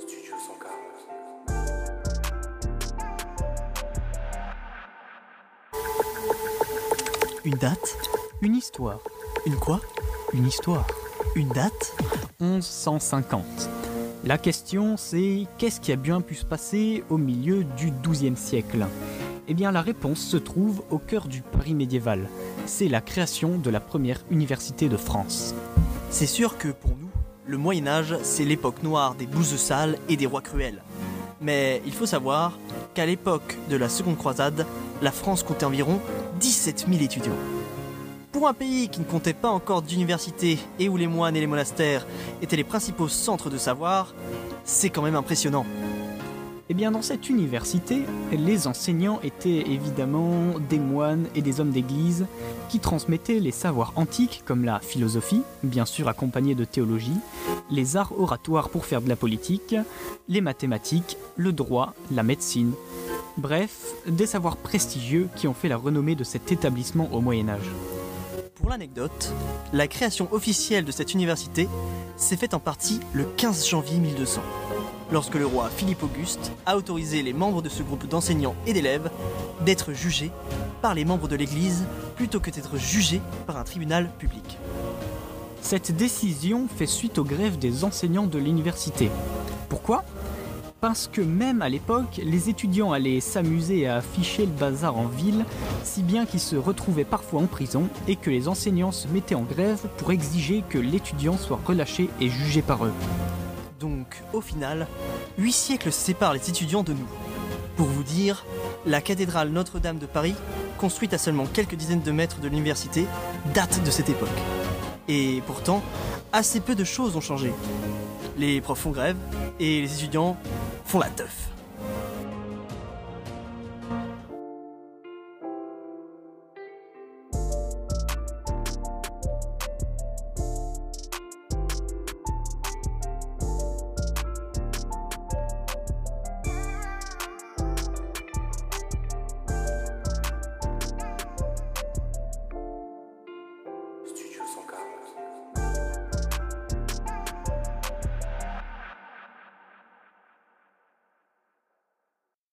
Studio 140. Une date, une histoire. Une quoi? Une histoire. Une date? 1150. La question c'est qu'est-ce qui a bien pu se passer au milieu du XIIe siècle? Eh bien la réponse se trouve au cœur du Paris médiéval. C'est la création de la première université de France. C'est sûr que pour nous, le Moyen-Âge, c'est l'époque noire des blouses sales et des rois cruels. Mais il faut savoir qu'à l'époque de la Seconde Croisade, la France comptait environ 17 000 étudiants. Pour un pays qui ne comptait pas encore d'université et où les moines et les monastères étaient les principaux centres de savoir, c'est quand même impressionnant. Eh bien dans cette université, les enseignants étaient évidemment des moines et des hommes d'église qui transmettaient les savoirs antiques comme la philosophie, bien sûr accompagnée de théologie, les arts oratoires pour faire de la politique, les mathématiques, le droit, la médecine. Bref, des savoirs prestigieux qui ont fait la renommée de cet établissement au Moyen-Âge. Pour l'anecdote, la création officielle de cette université s'est faite en partie le 15 janvier 1200, lorsque le roi Philippe Auguste a autorisé les membres de ce groupe d'enseignants et d'élèves d'être jugés par les membres de l'Église plutôt que d'être jugés par un tribunal public. Cette décision fait suite aux grèves des enseignants de l'université. Pourquoi ? Parce que même à l'époque, les étudiants allaient s'amuser à afficher le bazar en ville, si bien qu'ils se retrouvaient parfois en prison et que les enseignants se mettaient en grève pour exiger que l'étudiant soit relâché et jugé par eux. Donc, au final, 8 siècles séparent les étudiants de nous. Pour vous dire, la cathédrale Notre-Dame de Paris, construite à seulement quelques dizaines de mètres de l'université, date de cette époque. Et pourtant, assez peu de choses ont changé. Les profs font grève et les étudiants font la teuf. Studio 140.